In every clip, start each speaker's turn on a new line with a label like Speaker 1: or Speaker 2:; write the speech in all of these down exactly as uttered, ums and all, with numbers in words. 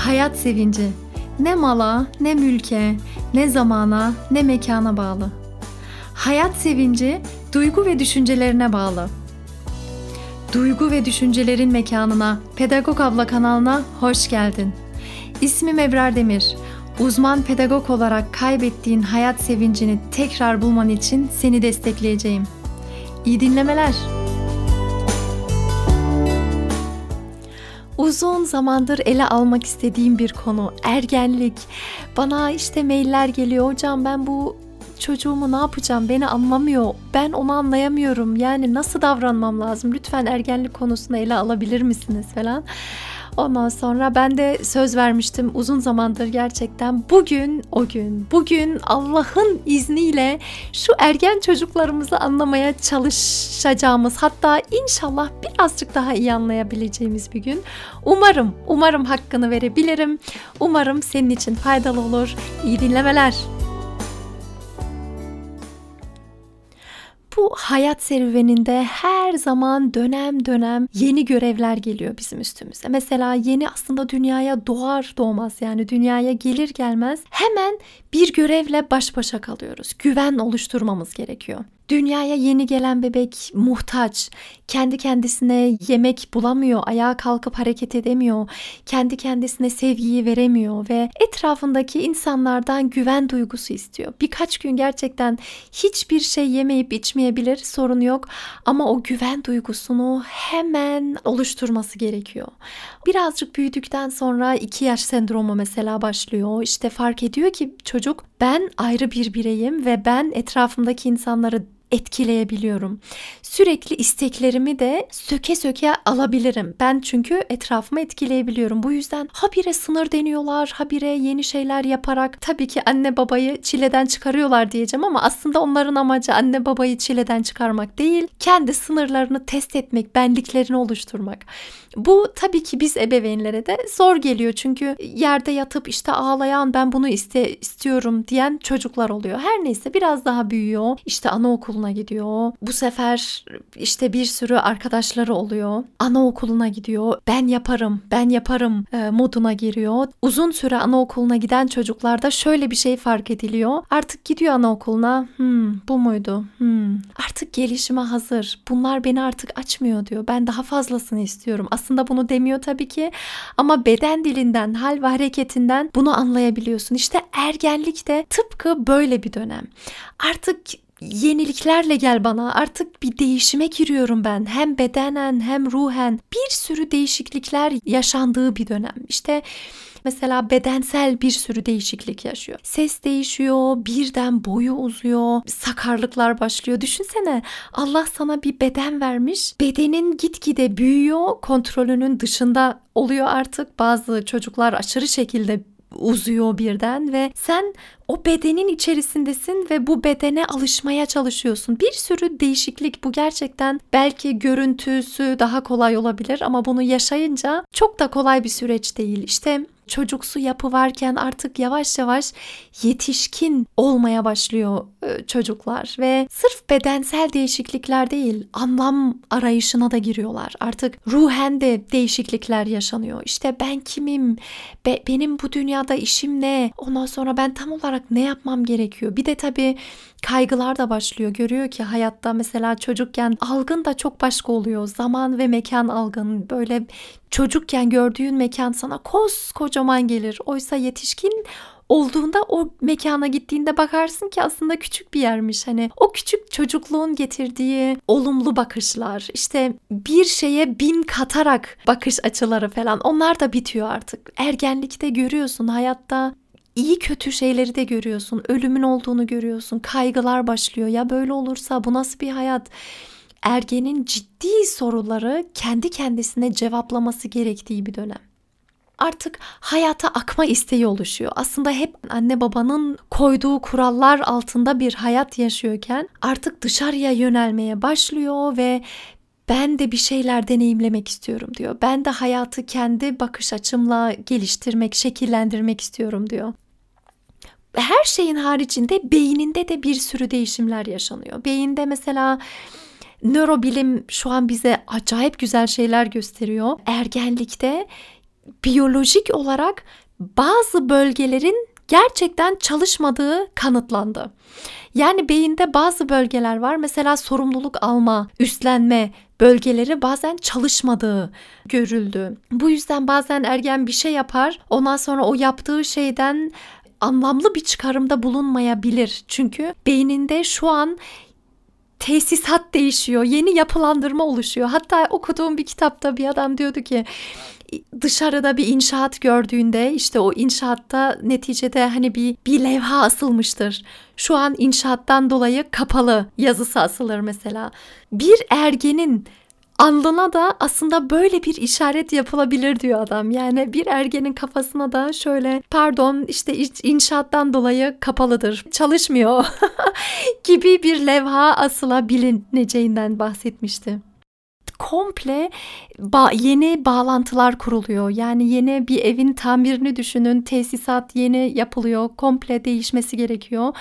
Speaker 1: Hayat sevinci ne mala, ne mülke, ne zamana, ne mekana bağlı. Hayat sevinci duygu ve düşüncelerine bağlı. Duygu ve düşüncelerin mekanına, Pedagog Abla kanalına hoş geldin. İsmim Ebrar Demir. Uzman pedagog olarak kaybettiğin hayat sevincini tekrar bulman için seni destekleyeceğim. İyi dinlemeler. Uzun zamandır ele almak istediğim bir konu, ergenlik. Bana işte mailler geliyor, hocam ben bu çocuğumu ne yapacağım, beni anlamıyor, ben onu anlayamıyorum, yani nasıl davranmam lazım, lütfen ergenlik konusunu ele alabilir misiniz falan. Ondan sonra ben de söz vermiştim uzun zamandır gerçekten. Bugün o gün, bugün Allah'ın izniyle şu ergen çocuklarımızı anlamaya çalışacağımız, hatta inşallah birazcık daha iyi anlayabileceğimiz bir gün. Umarım, umarım hakkını verebilirim. Umarım senin için faydalı olur. İyi dinlemeler. Bu hayat serüveninde her zaman dönem dönem yeni görevler geliyor bizim üstümüze. Mesela yeni aslında dünyaya doğar doğmaz, yani dünyaya gelir gelmez hemen bir görevle baş başa kalıyoruz. Güven oluşturmamız gerekiyor. Dünyaya yeni gelen bebek muhtaç, kendi kendisine yemek bulamıyor, ayağa kalkıp hareket edemiyor, kendi kendisine sevgiyi veremiyor ve etrafındaki insanlardan güven duygusu istiyor. Birkaç gün gerçekten hiçbir şey yemeyip içmeyebilir, sorun yok, ama o güven duygusunu hemen oluşturması gerekiyor. Birazcık büyüdükten sonra iki yaş sendromu mesela başlıyor. İşte fark ediyor ki çocuk, ben ayrı bir bireyim ve ben etrafımdaki insanları etkileyebiliyorum. Sürekli isteklerimi de söke söke alabilirim. Ben çünkü etrafımı etkileyebiliyorum. Bu yüzden habire sınır deniyorlar, habire yeni şeyler yaparak tabii ki anne babayı çileden çıkarıyorlar diyeceğim, ama aslında onların amacı anne babayı çileden çıkarmak değil, kendi sınırlarını test etmek, benliklerini oluşturmak. Bu tabii ki biz ebeveynlere de zor geliyor, çünkü yerde yatıp işte ağlayan, ben bunu iste, istiyorum diyen çocuklar oluyor. Her neyse, biraz daha büyüyor, işte anaokuluna gidiyor. Bu sefer işte bir sürü arkadaşları oluyor. Anaokuluna gidiyor. Ben yaparım, ben yaparım e, moduna giriyor. Uzun süre anaokuluna giden çocuklarda şöyle bir şey fark ediliyor. Artık gidiyor anaokuluna. Hmm, bu muydu? Hmm. Artık gelişime hazır. Bunlar beni artık açmıyor diyor. Ben daha fazlasını istiyorum. Aslında bunu demiyor tabii ki, ama beden dilinden, hal ve hareketinden bunu anlayabiliyorsun. İşte ergenlik de tıpkı böyle bir dönem. Artık yeniliklerle gel bana, artık bir değişime giriyorum ben. Hem bedenen hem ruhen bir sürü değişiklikler yaşandığı bir dönem. İşte mesela bedensel bir sürü değişiklik yaşıyor. Ses değişiyor, birden boyu uzuyor, sakarlıklar başlıyor. Düşünsene, Allah sana bir beden vermiş. Bedenin gitgide büyüyor, kontrolünün dışında oluyor artık. Bazı çocuklar aşırı şekilde uzuyor birden ve sen o bedenin içerisindesin ve bu bedene alışmaya çalışıyorsun. Bir sürü değişiklik, bu gerçekten belki görüntüsü daha kolay olabilir ama bunu yaşayınca çok da kolay bir süreç değil. İşte çocuksu yapı varken artık yavaş yavaş yetişkin olmaya başlıyor çocuklar ve sırf bedensel değişiklikler değil, anlam arayışına da giriyorlar. Artık ruhen de değişiklikler yaşanıyor. İşte ben kimim? Be- benim bu dünyada işim ne? Ondan sonra ben tam olarak ne yapmam gerekiyor? Bir de tabii kaygılar da başlıyor. Görüyor ki hayatta mesela çocukken algın da çok başka oluyor. Zaman ve mekan algın. Böyle çocukken gördüğün mekan sana koskocaman gelir. Oysa yetişkin olduğunda o mekana gittiğinde bakarsın ki aslında küçük bir yermiş. Hani o küçük çocukluğun getirdiği olumlu bakışlar, işte bir şeye bin katarak bakış açıları falan, onlar da bitiyor artık. Ergenlikte görüyorsun, hayatta İyi kötü şeyleri de görüyorsun. Ölümün olduğunu görüyorsun. Kaygılar başlıyor. Ya böyle olursa bu nasıl bir hayat? Ergenin ciddi soruları kendi kendisine cevaplaması gerektiği bir dönem. Artık hayata akma isteği oluşuyor. Aslında hep anne babanın koyduğu kurallar altında bir hayat yaşıyorken artık dışarıya yönelmeye başlıyor ve ben de bir şeyler deneyimlemek istiyorum diyor. Ben de hayatı kendi bakış açımla geliştirmek, şekillendirmek istiyorum diyor. Her şeyin haricinde beyninde de bir sürü değişimler yaşanıyor. Beyinde mesela nörobilim şu an bize acayip güzel şeyler gösteriyor. Ergenlikte biyolojik olarak bazı bölgelerin gerçekten çalışmadığı kanıtlandı. Yani beyinde bazı bölgeler var. Mesela sorumluluk alma, üstlenme bölgeleri bazen çalışmadığı görüldü. Bu yüzden bazen ergen bir şey yapar. Ondan sonra o yaptığı şeyden anlamlı bir çıkarımda bulunmayabilir. Çünkü beyninde şu an tesisat değişiyor, yeni yapılandırma oluşuyor. Hatta okuduğum bir kitapta bir adam diyordu ki dışarıda bir inşaat gördüğünde işte o inşaatta neticede hani bir bir levha asılmıştır. Şu an inşaattan dolayı kapalı yazısı asılır mesela. Bir ergenin alnına da aslında böyle bir işaret yapılabilir diyor adam. Yani bir ergenin kafasına da şöyle pardon işte inşaattan dolayı kapalıdır, çalışmıyor gibi bir levha asılabileceğinden bahsetmişti. Komple ba- yeni bağlantılar kuruluyor. Yani yeni bir evin tamirini düşünün. Tesisat yeni yapılıyor. Komple değişmesi gerekiyor.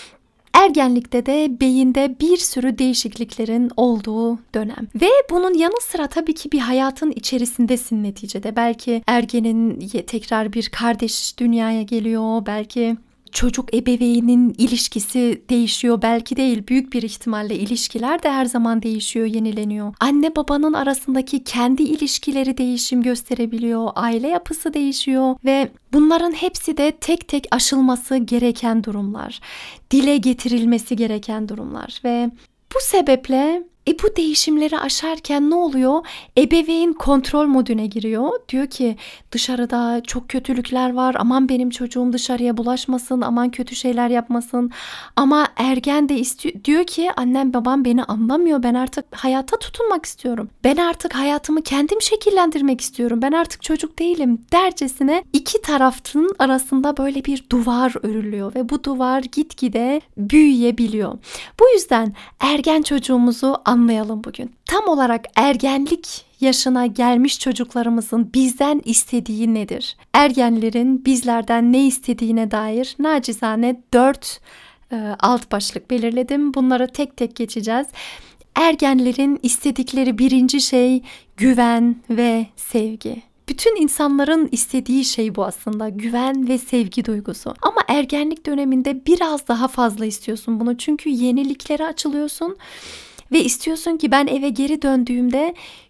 Speaker 1: Ergenlikte de beyinde bir sürü değişikliklerin olduğu dönem. Ve bunun yanı sıra tabii ki bir hayatın içerisindesin neticede. Belki ergenin tekrar bir kardeş dünyaya geliyor. Belki çocuk ebeveynin ilişkisi değişiyor, belki değil, büyük bir ihtimalle ilişkiler de her zaman değişiyor, yenileniyor. Anne babanın arasındaki kendi ilişkileri değişim gösterebiliyor, aile yapısı değişiyor ve bunların hepsi de tek tek aşılması gereken durumlar, dile getirilmesi gereken durumlar ve bu sebeple E bu değişimleri aşarken ne oluyor? Ebeveyn kontrol moduna giriyor. Diyor ki dışarıda çok kötülükler var. Aman benim çocuğum dışarıya bulaşmasın. Aman kötü şeyler yapmasın. Ama ergen de istiyor, diyor ki annem babam beni anlamıyor. Ben artık hayata tutunmak istiyorum. Ben artık hayatımı kendim şekillendirmek istiyorum. Ben artık çocuk değilim dercesine iki tarafın arasında böyle bir duvar örülüyor. Ve bu duvar gitgide büyüyebiliyor. Bu yüzden ergen çocuğumuzu anlayalım bugün. Tam olarak ergenlik yaşına gelmiş çocuklarımızın bizden istediği nedir? Ergenlerin bizlerden ne istediğine dair nacizane dört e, alt başlık belirledim. Bunları tek tek geçeceğiz. Ergenlerin istedikleri birinci şey güven ve sevgi. Bütün insanların istediği şey bu aslında, güven ve sevgi duygusu. Ama ergenlik döneminde biraz daha fazla istiyorsun bunu. Çünkü yeniliklere açılıyorsun ve istiyorsun ki ben eve geri döndüğümde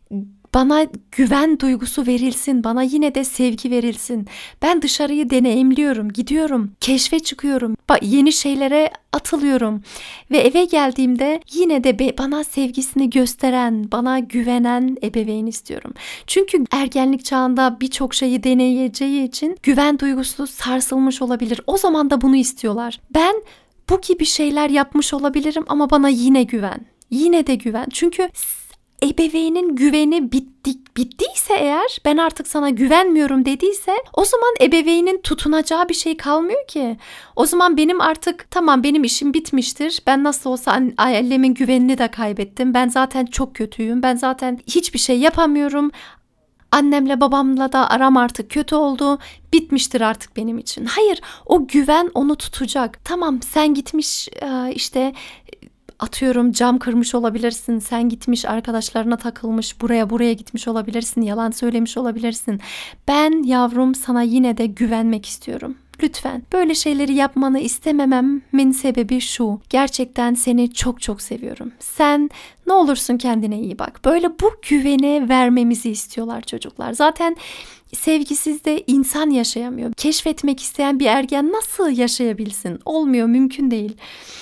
Speaker 1: bana güven duygusu verilsin, bana yine de sevgi verilsin. Ben dışarıyı deneyimliyorum, gidiyorum, keşfe çıkıyorum, yeni şeylere atılıyorum. Ve eve geldiğimde yine de bana sevgisini gösteren, bana güvenen ebeveyn istiyorum. Çünkü ergenlik çağında birçok şeyi deneyeceği için güven duygusu sarsılmış olabilir. O zaman da bunu istiyorlar. Ben bu gibi şeyler yapmış olabilirim ama bana yine güven. Yine de güven. Çünkü ebeveynin güveni bittik, bittiyse eğer, ben artık sana güvenmiyorum dediyse, o zaman ebeveynin tutunacağı bir şey kalmıyor ki. O zaman benim artık tamam, benim işim bitmiştir. Ben nasıl olsa ailemin güvenini de kaybettim. Ben zaten çok kötüyüm. Ben zaten hiçbir şey yapamıyorum. Annemle babamla da aram artık kötü oldu. Bitmiştir artık benim için. Hayır, o güven onu tutacak. Tamam, sen gitmiş işte atıyorum cam kırmış olabilirsin, sen gitmiş arkadaşlarına takılmış, buraya buraya gitmiş olabilirsin, yalan söylemiş olabilirsin. Ben yavrum sana yine de güvenmek istiyorum. Lütfen böyle şeyleri yapmanı istemememin sebebi şu: gerçekten seni çok çok seviyorum. Sen ne olursun kendine iyi bak. Böyle bu güveni vermemizi istiyorlar çocuklar. Zaten sevgisiz de insan yaşayamıyor. Keşfetmek isteyen bir ergen nasıl yaşayabilsin? Olmuyor, mümkün değil.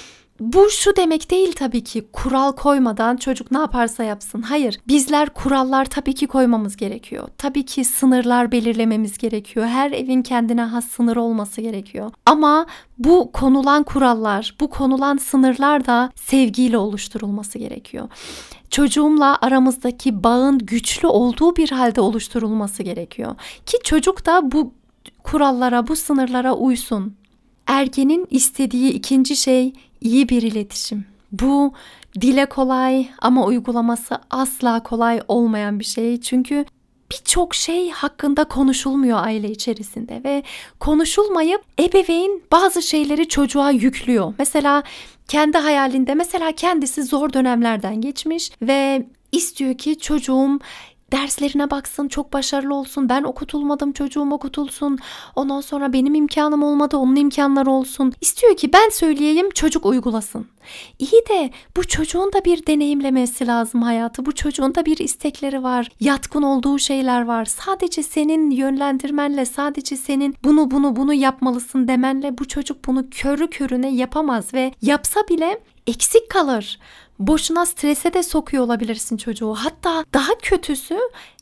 Speaker 1: Bu şu demek değil tabii ki, kural koymadan çocuk ne yaparsa yapsın. Hayır, bizler kurallar tabii ki koymamız gerekiyor. Tabii ki sınırlar belirlememiz gerekiyor. Her evin kendine has sınır olması gerekiyor. Ama bu konulan kurallar, bu konulan sınırlar da sevgiyle oluşturulması gerekiyor. Çocuğumla aramızdaki bağın güçlü olduğu bir halde oluşturulması gerekiyor. Ki çocuk da bu kurallara, bu sınırlara uysun. Ergenin istediği ikinci şey iyi bir iletişim. Bu dile kolay ama uygulaması asla kolay olmayan bir şey. Çünkü birçok şey hakkında konuşulmuyor aile içerisinde ve konuşulmayıp ebeveyn bazı şeyleri çocuğa yüklüyor. Mesela kendi hayalinde, mesela kendisi zor dönemlerden geçmiş ve istiyor ki çocuğum derslerine baksın, çok başarılı olsun. Ben okutulmadım, çocuğum okutulsun. Ondan sonra benim imkanım olmadı, onun imkanları olsun. İstiyor ki ben söyleyeyim, çocuk uygulasın. İyi de bu çocuğun da bir deneyimlemesi lazım hayatı. Bu çocuğun da bir istekleri var. Yatkın olduğu şeyler var. Sadece senin yönlendirmenle, sadece senin bunu bunu bunu yapmalısın demenle bu çocuk bunu körü körüne yapamaz ve yapsa bile eksik kalır. Boşuna strese de sokuyor olabilirsin çocuğu. Hatta daha kötüsü,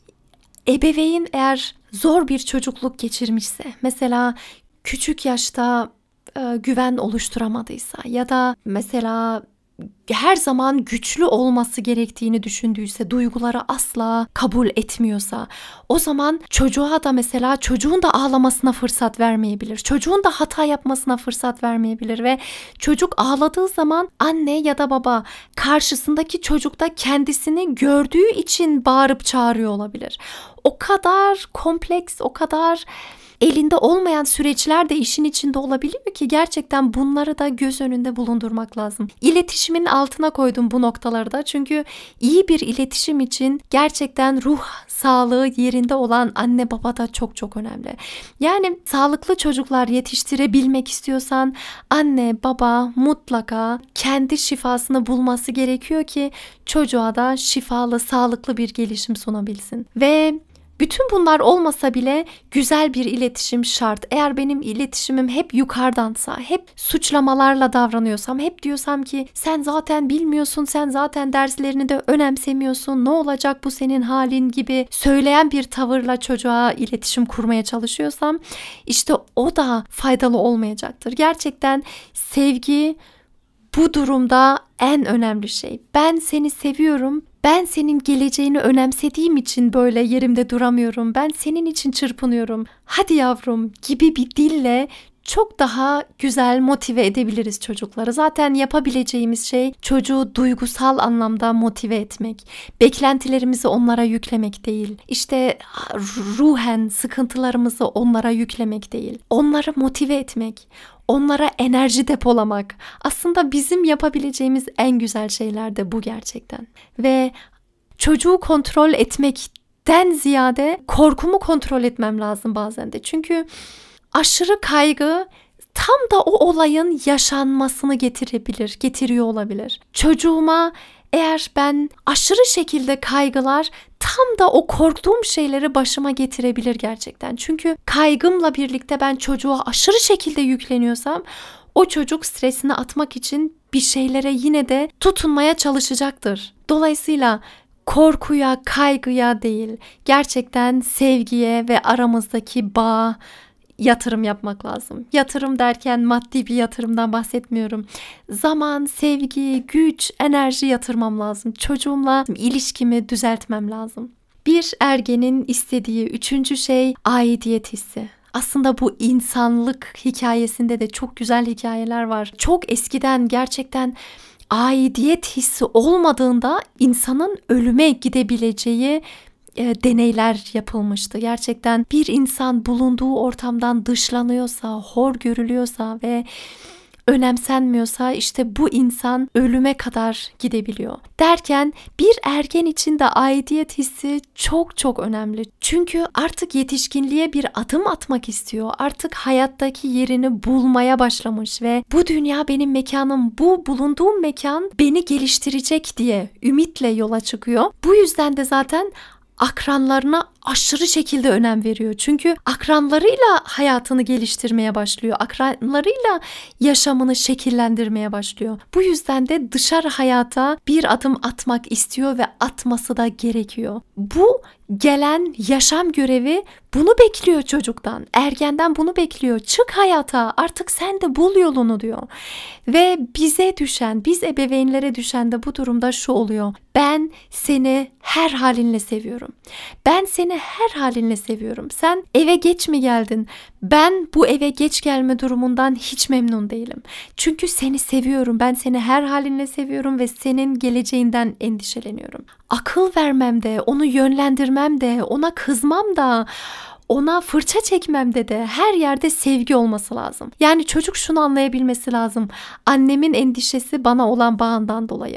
Speaker 1: ebeveyn eğer zor bir çocukluk geçirmişse, mesela küçük yaşta e, güven oluşturamadıysa ya da mesela her zaman güçlü olması gerektiğini düşündüyse, duyguları asla kabul etmiyorsa, o zaman çocuğa da mesela çocuğun da ağlamasına fırsat vermeyebilir. Çocuğun da hata yapmasına fırsat vermeyebilir ve çocuk ağladığı zaman anne ya da baba karşısındaki çocuk da kendisini gördüğü için bağırıp çağırıyor olabilir. O kadar kompleks, o kadar elinde olmayan süreçler de işin içinde olabiliyor ki gerçekten bunları da göz önünde bulundurmak lazım. İletişimin altına koydum bu noktaları da, çünkü iyi bir iletişim için gerçekten ruh sağlığı yerinde olan anne baba da çok çok önemli. Yani sağlıklı çocuklar yetiştirebilmek istiyorsan anne baba mutlaka kendi şifasını bulması gerekiyor ki çocuğa da şifalı, sağlıklı bir gelişim sunabilsin. Ve bütün bunlar olmasa bile güzel bir iletişim şart. Eğer benim iletişimim hep yukarıdansa, hep suçlamalarla davranıyorsam, hep diyorsam ki sen zaten bilmiyorsun, sen zaten derslerini de önemsemiyorsun, ne olacak bu senin halin gibi söyleyen bir tavırla çocuğa iletişim kurmaya çalışıyorsam, işte o da faydalı olmayacaktır. Gerçekten sevgi bu durumda en önemli şey. Ben seni seviyorum. Ben senin geleceğini önemsediğim için böyle yerimde duramıyorum. Ben senin için çırpınıyorum. Hadi yavrum gibi bir dille çok daha güzel motive edebiliriz çocukları. Zaten yapabileceğimiz şey çocuğu duygusal anlamda motive etmek. Beklentilerimizi onlara yüklemek değil. İşte ruhen sıkıntılarımızı onlara yüklemek değil. Onları motive etmek. Onlara enerji depolamak. Aslında bizim yapabileceğimiz en güzel şeyler de bu gerçekten. Ve çocuğu kontrol etmekten ziyade korkumu kontrol etmem lazım bazen de. Çünkü aşırı kaygı tam da o olayın yaşanmasını getirebilir, getiriyor olabilir. Çocuğuma eğer ben aşırı şekilde kaygılar tam da o korktuğum şeyleri başıma getirebilir gerçekten. Çünkü kaygımla birlikte ben çocuğa aşırı şekilde yükleniyorsam o çocuk stresini atmak için bir şeylere yine de tutunmaya çalışacaktır. Dolayısıyla korkuya, kaygıya değil, gerçekten sevgiye ve aramızdaki bağa yatırım yapmak lazım. Yatırım derken maddi bir yatırımdan bahsetmiyorum. Zaman, sevgi, güç, enerji yatırmam lazım. Çocuğumla ilişkimi düzeltmem lazım. Bir ergenin istediği üçüncü şey aidiyet hissi. Aslında bu insanlık hikayesinde de çok güzel hikayeler var. Çok eskiden gerçekten aidiyet hissi olmadığında insanın ölüme gidebileceği E, deneyler yapılmıştı. Gerçekten bir insan bulunduğu ortamdan dışlanıyorsa, hor görülüyorsa ve önemsenmiyorsa işte bu insan ölüme kadar gidebiliyor. Derken bir ergen için de aidiyet hissi çok çok önemli. Çünkü artık yetişkinliğe bir adım atmak istiyor. Artık hayattaki yerini bulmaya başlamış ve bu dünya benim mekanım, bu bulunduğum mekan beni geliştirecek diye ümitle yola çıkıyor. Bu yüzden de zaten akranlarına aşırı şekilde önem veriyor. Çünkü akranlarıyla hayatını geliştirmeye başlıyor. Akranlarıyla yaşamını şekillendirmeye başlıyor. Bu yüzden de dışarı hayata bir adım atmak istiyor ve atması da gerekiyor. Bu gelen yaşam görevi bunu bekliyor çocuktan. Ergenden bunu bekliyor. Çık hayata, artık sen de bul yolunu diyor. Ve bize düşen, biz ebeveynlere düşen de bu durumda şu oluyor. Ben seni her halinle seviyorum. Ben seni her halinle seviyorum. Sen eve geç mi geldin? Ben bu eve geç gelme durumundan hiç memnun değilim. Çünkü seni seviyorum. Ben seni her halinle seviyorum ve senin geleceğinden endişeleniyorum. Akıl vermem de, onu yönlendirmem de, ona kızmam da, ona fırça çekmemde de her yerde sevgi olması lazım. Yani çocuk şunu anlayabilmesi lazım. Annemin endişesi bana olan bağından dolayı.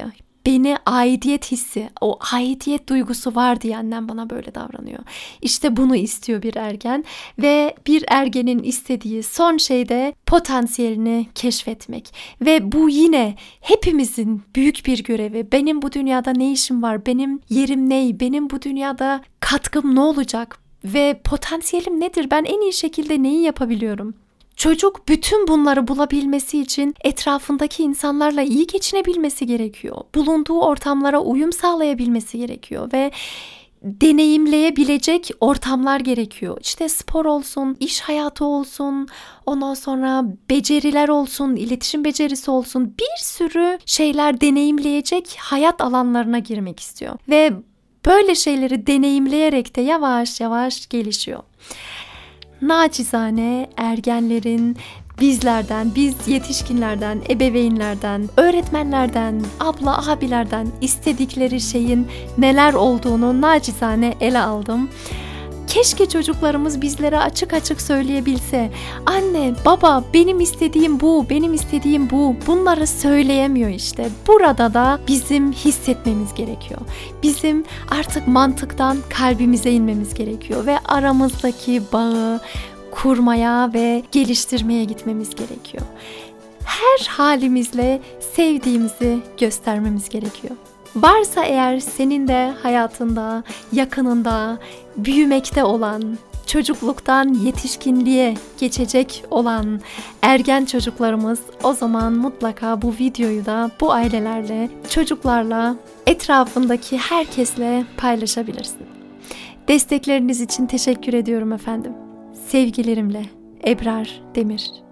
Speaker 1: beni aidiyet hissi, o aidiyet duygusu var diye annem bana böyle davranıyor. İşte bunu istiyor bir ergen ve bir ergenin istediği son şey de potansiyelini keşfetmek. Ve bu yine hepimizin büyük bir görevi. Benim bu dünyada ne işim var? Benim yerim ne? Benim bu dünyada katkım ne olacak? Ve potansiyelim nedir? Ben en iyi şekilde neyi yapabiliyorum? Çocuk bütün bunları bulabilmesi için etrafındaki insanlarla iyi geçinebilmesi gerekiyor. Bulunduğu ortamlara uyum sağlayabilmesi gerekiyor ve deneyimleyebilecek ortamlar gerekiyor. İşte spor olsun, iş hayatı olsun, ondan sonra beceriler olsun, iletişim becerisi olsun, bir sürü şeyler deneyimleyecek hayat alanlarına girmek istiyor. Ve böyle şeyleri deneyimleyerek de yavaş yavaş gelişiyor. Nacizane ergenlerin bizlerden, biz yetişkinlerden, ebeveynlerden, öğretmenlerden, abla abilerden istedikleri şeyin neler olduğunu nacizane ele aldım. Keşke çocuklarımız bizlere açık açık söyleyebilse. Anne, baba, benim istediğim bu, benim istediğim bu. Bunları söyleyemiyor işte. Burada da bizim hissetmemiz gerekiyor. Bizim artık mantıktan kalbimize inmemiz gerekiyor ve aramızdaki bağı kurmaya ve geliştirmeye gitmemiz gerekiyor. Her halimizle sevdiğimizi göstermemiz gerekiyor. Varsa eğer senin de hayatında, yakınında büyümekte olan, çocukluktan yetişkinliğe geçecek olan ergen çocuklarımız, o zaman mutlaka bu videoyu da bu ailelerle, çocuklarla, etrafındaki herkesle paylaşabilirsin. Destekleriniz için teşekkür ediyorum efendim. Sevgilerimle Ebrar Demir.